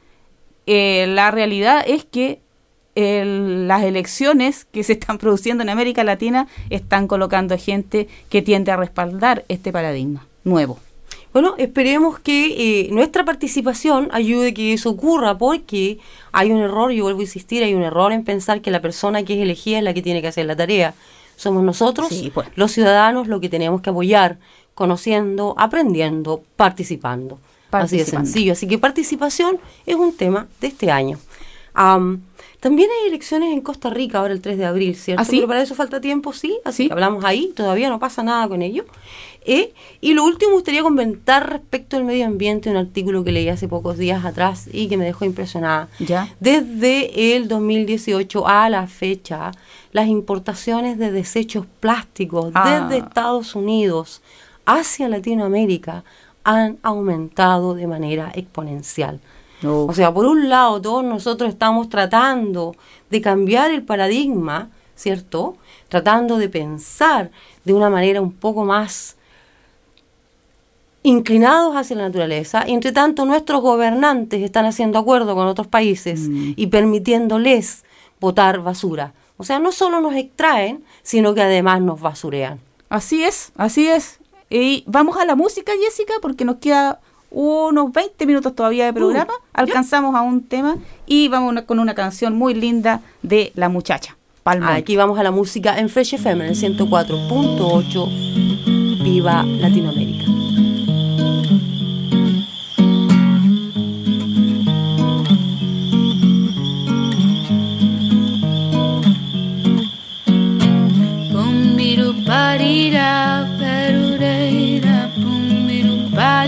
la realidad es que las elecciones que se están produciendo en América Latina están colocando gente que tiende a respaldar este paradigma nuevo. Bueno, esperemos que nuestra participación ayude a que eso ocurra, porque hay un error, yo vuelvo a insistir, hay un error en pensar que la persona que es elegida es la que tiene que hacer la tarea. Somos nosotros, los ciudadanos, lo que tenemos que apoyar, conociendo, aprendiendo, participando. Así de sencillo. Así que participación es un tema de este año. También hay elecciones en Costa Rica ahora el 3 de abril, ¿cierto? ¿Ah, sí? Pero para eso falta tiempo, sí. Así que hablamos ahí, todavía no pasa nada con ello. Y lo último, me gustaría comentar respecto al medio ambiente, un artículo que leí hace pocos días atrás y que me dejó impresionada. ¿Ya? Desde el 2018 a la fecha, las importaciones de desechos plásticos desde Estados Unidos hacia Latinoamérica han aumentado de manera exponencial. O sea, por un lado, todos nosotros estamos tratando de cambiar el paradigma, ¿cierto? Tratando de pensar de una manera un poco más inclinados hacia la naturaleza, y entre tanto nuestros gobernantes están haciendo acuerdo con otros países y permitiéndoles botar basura. O sea, no solo nos extraen, sino que además nos basurean. Así es, así es. Y vamos a la música, Jessica, porque nos queda unos 20 minutos todavía de programa. Alcanzamos a un tema y vamos con una canción muy linda de La Muchacha, Palmón. Aquí vamos a la música en Fresh FM, en el 104.8. Viva Latinoamérica. Parira, perureira, pum, miru, parira.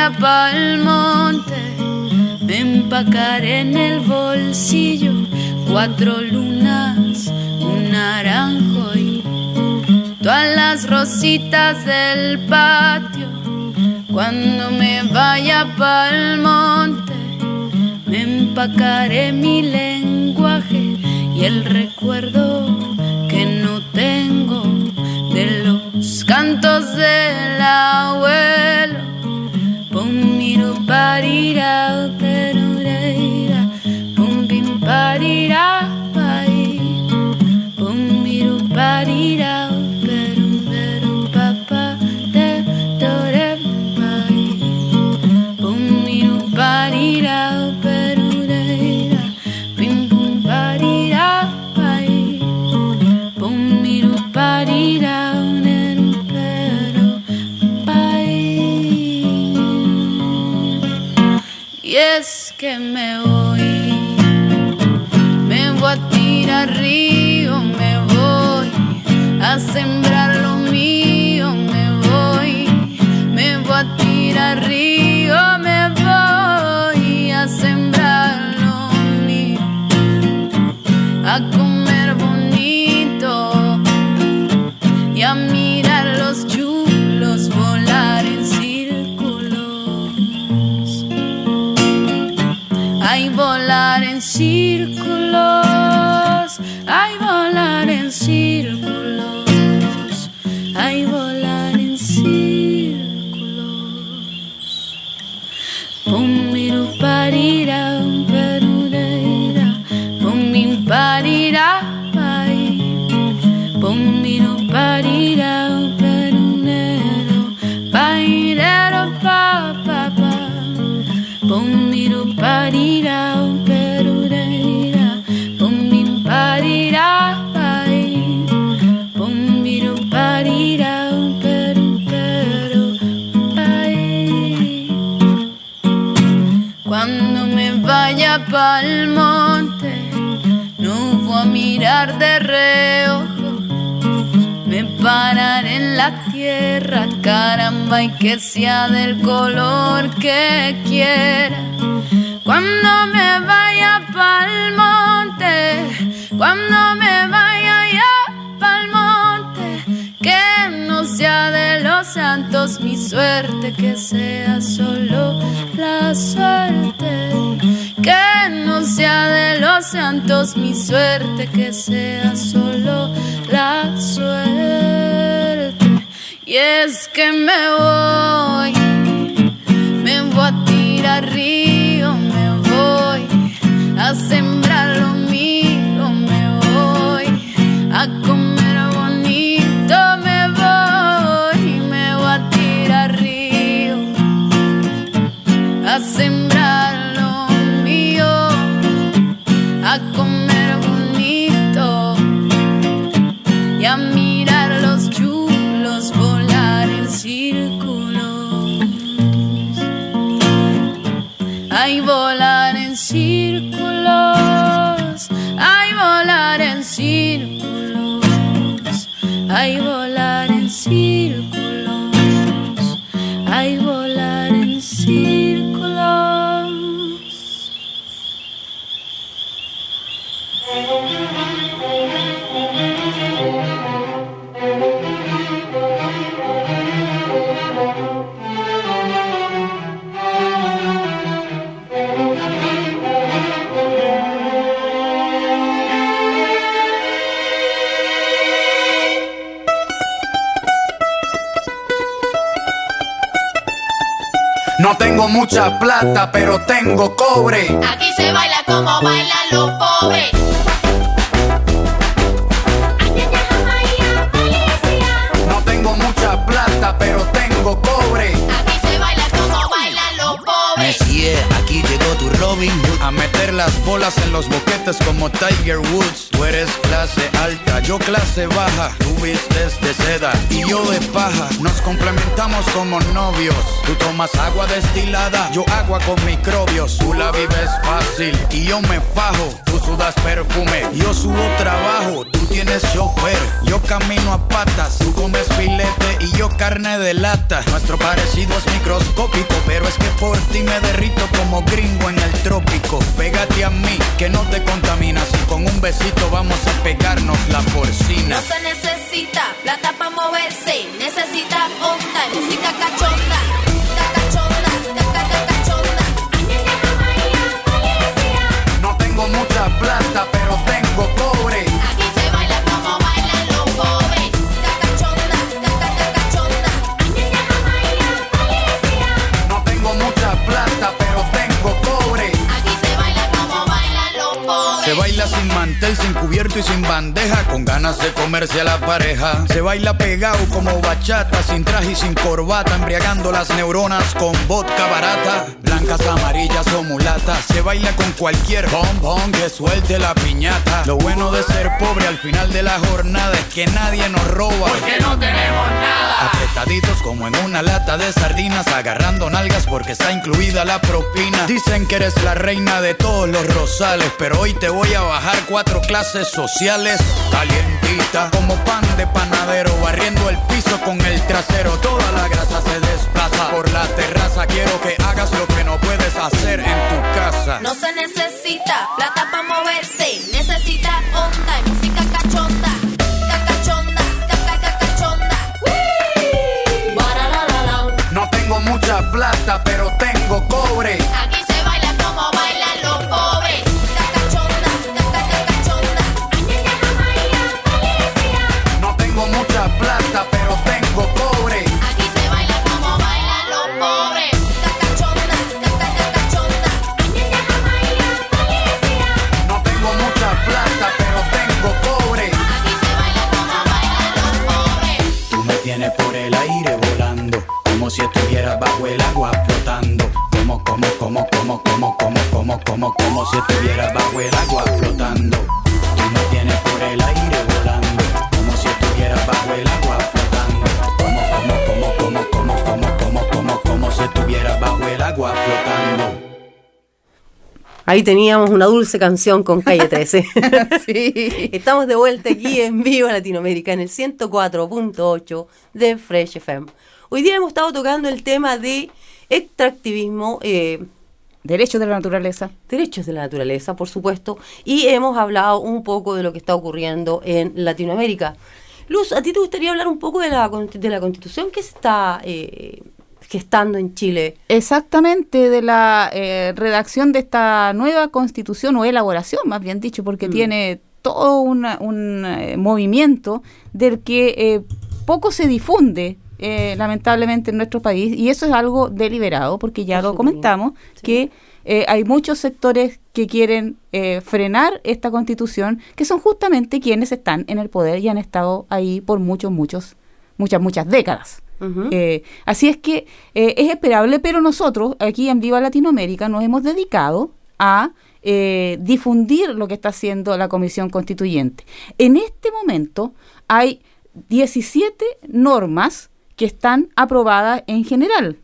vaya pa'l monte, me empacaré en el bolsillo 4 lunas, un naranjo y todas las rositas del patio. Cuando me vaya pa'l monte, me empacaré mi lenguaje y el recuerdo que no tengo de los cantos del abuelo. Pum miru parira perureira, pum bim parira pai, pum miru parira perum perum papa de dore pai, pum miru parira perureira, pim pum parira pai, pum miru parira neru pero pai. Y es que me voy a tirar río, me voy a sembrar lo mío, me voy a tirar río, me voy a sembrar lo mío, a comer bonito y a mirar los chulos volar en círculos, ay volar en círculos, ay volar en círculos, ay volar en círculos. Pum miru parira perureira, pum min parira pai, pum miru parira perunero, pairero pa pa pa, pum miru parira perureira, pum min parira pai, pum miru parira perupero pai. Cuando me vaya pa'l monte, no voy a mirar de reojo, me pararé en la tierra, caramba, y que sea del color que quiera. Cuando me vaya pa'l monte, cuando me vaya ya pa'l monte, que no sea de los santos mi suerte, que sea solo la suerte. Que no sea de los santos mi suerte, que sea solo la suerte. Y es que me voy a tirar río, me voy a sembrar lo mío, me voy a comer bonito, me voy a tirar río, a sembrar lo mío, a comer bonito y a mirar los chulos volar en círculos, ay volar en círculos, ay volar en círculos, ay volar en círculos, ay volar en círculos. No tengo mucha plata, pero tengo cobre. Aquí se baila como bailan los pobres. No tengo mucha plata, pero tengo cobre. Aquí se baila como bailan los pobres. Messier, aquí llegó tu Robin Hood a meter las bolas en los boquetes como Tiger Woods. Tú eres clase alta, yo clase baja. Tú vistes de seda y yo de paja. Nos complementamos como novios. Tú tomas agua destilada, yo agua con microbios. Tú la vives fácil fácil y yo me fajo. Tú sudas perfume, yo subo trabajo. Tú tienes chofer, yo camino a patas. Tú comes filete y yo carne de lata. Nuestro parecido es microscópico, pero es que por ti me derrito como gringo en el trópico. Pégate a mí, que no te contaminas. Y con un besito vamos a pegarnos la porcina. No se necesita plata para moverse, necesita onda y música cachonda. No tengo mucha plata, pero tengo cobre. Aquí se baila como bailan los pobres. Cachonda, cachonda. No tengo mucha plata, pero tengo cobre. Aquí se baila como bailan los pobres. Se baila sin mantel, sin cubierto y sin bandeja, con ganas de comerse a la pareja. Se baila pegado como bachata, sin traje y sin corbata, embriagando las neuronas con vodka barata. Blancas, amarillas o mulatas. Se baila con cualquier bombón que suelte la piñata. Lo bueno de ser pobre al final de la jornada es que nadie nos roba, porque no tenemos nada. Apretaditos como en una lata de sardinas, agarrando nalgas porque está incluida la propina. Dicen que eres la reina de todos los rosales, pero hoy te voy a bajar 4 clases sociales. Calientita como pan de panadero, barriendo el piso con el trasero. Toda la grasa se desplaza por la terraza. Quiero que hagas lo que no puedes hacer en tu casa. No se necesita plata para moverse, necesita onda y música cachonda. Cachonda, cachonda. No tengo mucha plata, pero tengo cobre. Aquí se baila como bailan los pobres. Cachonda, cachonda. No tengo mucha plata, pero tengo cobre. Aquí se baila como bailan los pobres. Cachonda, cachonda. No tengo mucha plata, pero tengo cobre. Aquí se baila como bailan los pobres. Tú me tienes por el aire volando, como si estuvieras bajo el agua flotando. Como si estuvieras bajo el agua flotando. Tú me tienes por el aire volando, como si estuvieras bajo el agua flotando. Como si estuvieras bajo el agua flotando. Ahí teníamos una dulce canción con Calle 13. Sí. Estamos de vuelta aquí en Viva Latinoamérica en el 104.8 de Fresh FM. Hoy día hemos estado tocando el tema de extractivismo, Derechos de la naturaleza. derechos de la naturaleza, por supuesto, y hemos hablado un poco de lo que está ocurriendo en Latinoamérica. Luz, ¿a ti te gustaría hablar un poco de la Constitución que se está gestando en Chile? Exactamente, de la redacción de esta nueva Constitución, o elaboración, más bien dicho, porque tiene todo un movimiento del que poco se difunde, lamentablemente, en nuestro país, y eso es algo deliberado, porque ya lo comentamos, sí, que hay muchos sectores que quieren frenar esta Constitución, que son justamente quienes están en el poder y han estado ahí por muchas décadas. Así es que es esperable, pero nosotros aquí en Viva Latinoamérica nos hemos dedicado a difundir lo que está haciendo la Comisión Constituyente. En este momento hay 17 normas que están aprobadas en general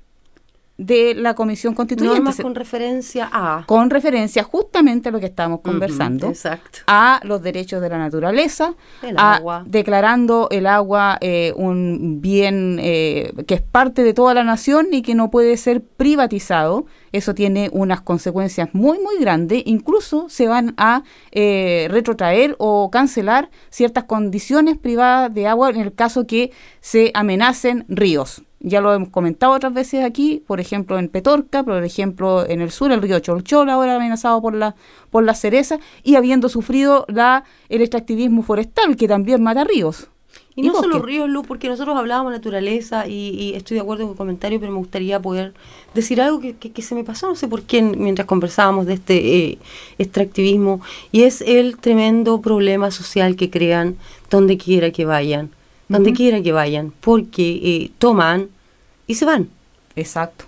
de la Comisión Constituyente. Normas con referencia a... Con referencia justamente a lo que estamos conversando. Exacto. A los derechos de la naturaleza, el agua. Declarando el agua un bien que es parte de toda la nación y que no puede ser privatizado. Eso tiene unas consecuencias muy, muy grandes. Incluso se van a retrotraer o cancelar ciertas condiciones privadas de agua en el caso que se amenacen ríos. Ya lo hemos comentado otras veces aquí, por ejemplo en Petorca, por ejemplo en el sur, el río Cholchol, ahora amenazado por la cereza, y habiendo sufrido el extractivismo forestal, que también mata ríos. Y no solo ríos, Luz, porque nosotros hablábamos de naturaleza y estoy de acuerdo con el comentario, pero me gustaría poder decir algo que se me pasó, no sé por qué, mientras conversábamos de este extractivismo, y es el tremendo problema social que crean donde quiera que vayan. Donde quiera que vayan, porque toman y se van. Exacto.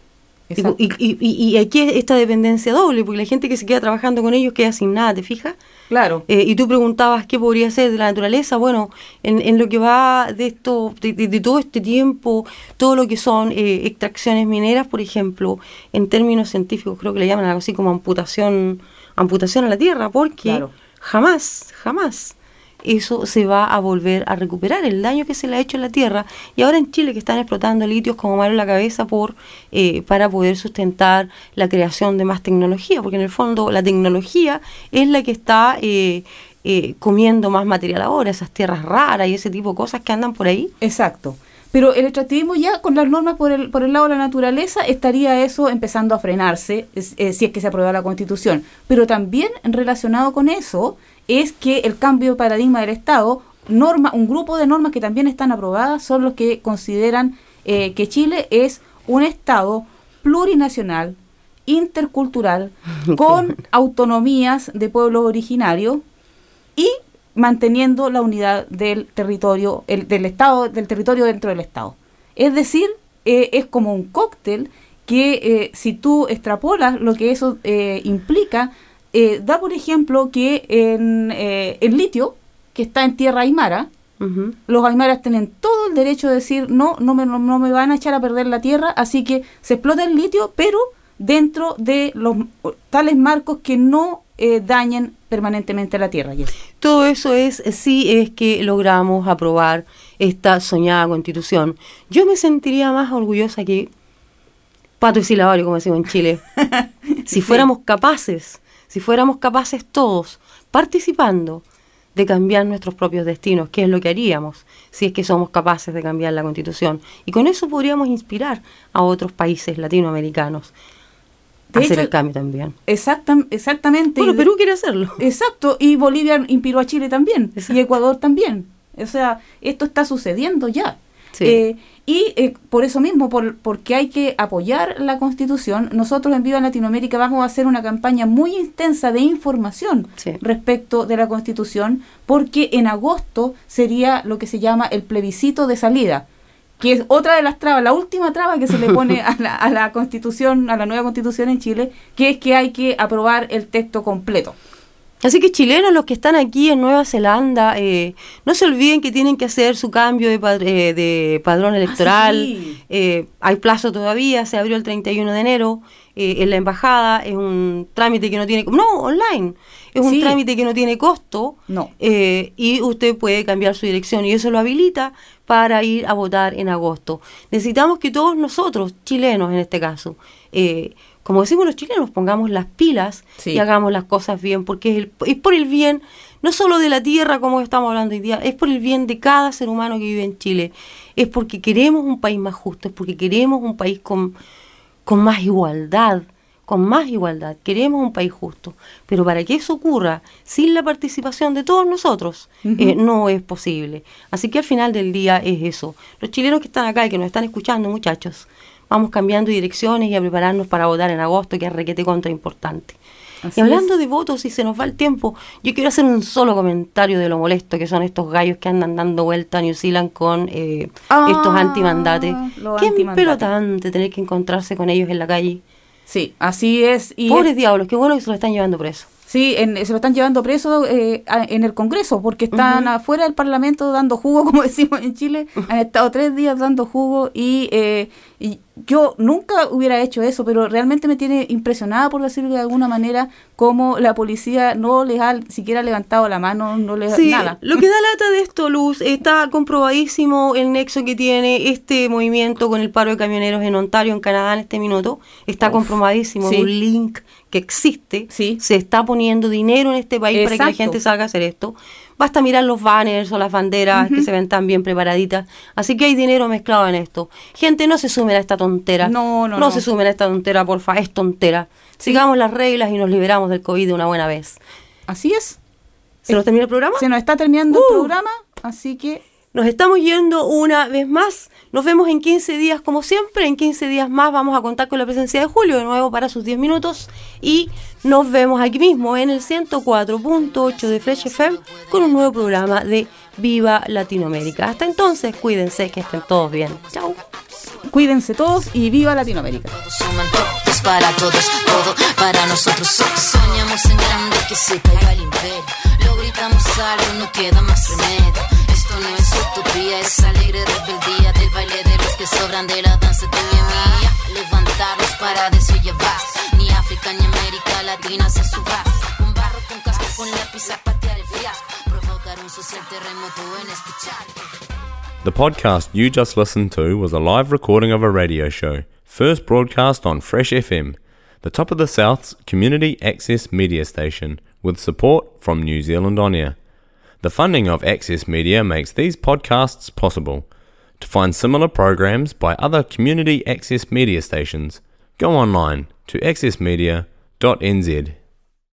Y aquí esta dependencia doble, porque la gente que se queda trabajando con ellos queda sin nada, ¿te fijas? Claro. Y tú preguntabas qué podría ser de la naturaleza. Bueno, en lo que va de esto, de todo este tiempo, todo lo que son extracciones mineras, por ejemplo, en términos científicos creo que le llaman algo así como amputación amputación a la tierra, porque jamás eso se va a volver a recuperar, el daño que se le ha hecho en la tierra. Y ahora en Chile, que están explotando litios como malo en la cabeza para poder sustentar la creación de más tecnología, porque en el fondo la tecnología es la que está comiendo más material ahora, esas tierras raras y ese tipo de cosas que andan por ahí. Exacto. Pero el extractivismo ya con las normas por el lado de la naturaleza estaría eso empezando a frenarse si es que se aprueba la Constitución. Pero también relacionado con eso es que el cambio de paradigma del Estado, un grupo de normas que también están aprobadas son los que consideran que Chile es un Estado plurinacional, intercultural, con autonomías de pueblos originarios y manteniendo la unidad del territorio, del Estado, del territorio dentro del Estado. Es decir, es como un cóctel que si tú extrapolas lo que eso implica, da por ejemplo que en el litio, que está en tierra aymara, los aymaras tienen todo el derecho de decir no me van a echar a perder la tierra, así que se explota el litio, pero dentro de los tales marcos que no dañen permanentemente la tierra. Yes. Todo eso es que logramos aprobar esta soñada Constitución. Yo me sentiría más orgullosa que Pato y Silabario, como decimos en Chile. Si fuéramos capaces todos participando de cambiar nuestros propios destinos, que es lo que haríamos si es que somos capaces de cambiar la Constitución. Y con eso podríamos inspirar a otros países latinoamericanos a hacer el cambio también. Exactamente. Bueno, Perú quiere hacerlo. Exacto, y Bolivia inspiró a Chile también, y Ecuador también. O sea, esto está sucediendo ya. Sí. Por eso mismo, porque hay que apoyar la Constitución, nosotros en Viva Latinoamérica vamos a hacer una campaña muy intensa de información respecto de la Constitución, porque en agosto sería lo que se llama el plebiscito de salida, que es otra de las trabas, la última traba que se le pone a la Constitución, a la nueva Constitución en Chile, que es que hay que aprobar el texto completo. Así que chilenos, los que están aquí en Nueva Zelanda, no se olviden que tienen que hacer su cambio de padrón electoral. Hay plazo todavía, se abrió el 31 de enero en la embajada. Es un trámite que no tiene... No, online. Es un trámite que no tiene costo. No. Y usted puede cambiar su dirección y eso lo habilita para ir a votar en agosto. Necesitamos que todos nosotros, chilenos en este caso, como decimos los chilenos, pongamos las pilas y hagamos las cosas bien, porque es por el bien, no solo de la tierra como estamos hablando hoy día, es por el bien de cada ser humano que vive en Chile, es porque queremos un país más justo, es porque queremos un país con más igualdad, queremos un país justo, pero para que eso ocurra sin la participación de todos nosotros, no es posible. Así que al final del día es eso. Los chilenos que están acá y que nos están escuchando, muchachos, vamos cambiando direcciones y a prepararnos para votar en agosto, que es requete contra importante. Así y hablando de votos, si se nos va el tiempo, yo quiero hacer un solo comentario de lo molesto que son estos gallos que andan dando vuelta a New Zealand con estos antimandates. Qué empelotante tener que encontrarse con ellos en la calle. Sí, así es. Y pobres diablos, qué bueno que se lo están llevando preso. Sí, se lo están llevando preso en el Congreso, porque están afuera del Parlamento dando jugo, como decimos en Chile. Han estado 3 días dando jugo y yo nunca hubiera hecho eso, pero realmente me tiene impresionada, por decirlo de alguna manera, cómo la policía no les ha siquiera levantado la mano, no les nada. Lo que da lata de esto, Luz, está comprobadísimo el nexo que tiene este movimiento con el paro de camioneros en Ontario, en Canadá, en este minuto. Está comprobadísimo, un link que existe, se está poniendo dinero en este país para que la gente salga a hacer esto. Basta mirar los banners o las banderas que se ven tan bien preparaditas. Así que hay dinero mezclado en esto. Gente, no se sumen a esta tontera. No se sumen a esta tontera, porfa, es tontera. Sigamos las reglas y nos liberamos del COVID de una buena vez. Así es. ¿Se nos termina el programa? Se nos está terminando el programa, así que... Nos estamos yendo una vez más. Nos vemos en 15 días como siempre. En 15 días más vamos a contar con la presencia de Julio de nuevo para sus 10 minutos. Y nos vemos aquí mismo en el 104.8 de Fresh FM con un nuevo programa de Viva Latinoamérica. Hasta entonces, cuídense, que estén todos bien. Chao. Cuídense todos y viva Latinoamérica. Todos suman, todos para todos, todo para nosotros. Soñamos en grande que se caiga el imperio. Lo gritamos algo, no queda más remedio. Esto no es utopía, es alegre rebeldía del baile de los que sobran de la danza de mi mía. Levantarlos para decir ya basta. Ni África ni América Latina se suba. con lápiz a patear el fiasco, provocar un social terremoto en este charco. The podcast you just listened to was a live recording of a radio show, first broadcast on Fresh FM, the top of the South's community access media station, with support from New Zealand On Air. The funding of Access Media makes these podcasts possible. To find similar programs by other community access media stations, go online to accessmedia.nz.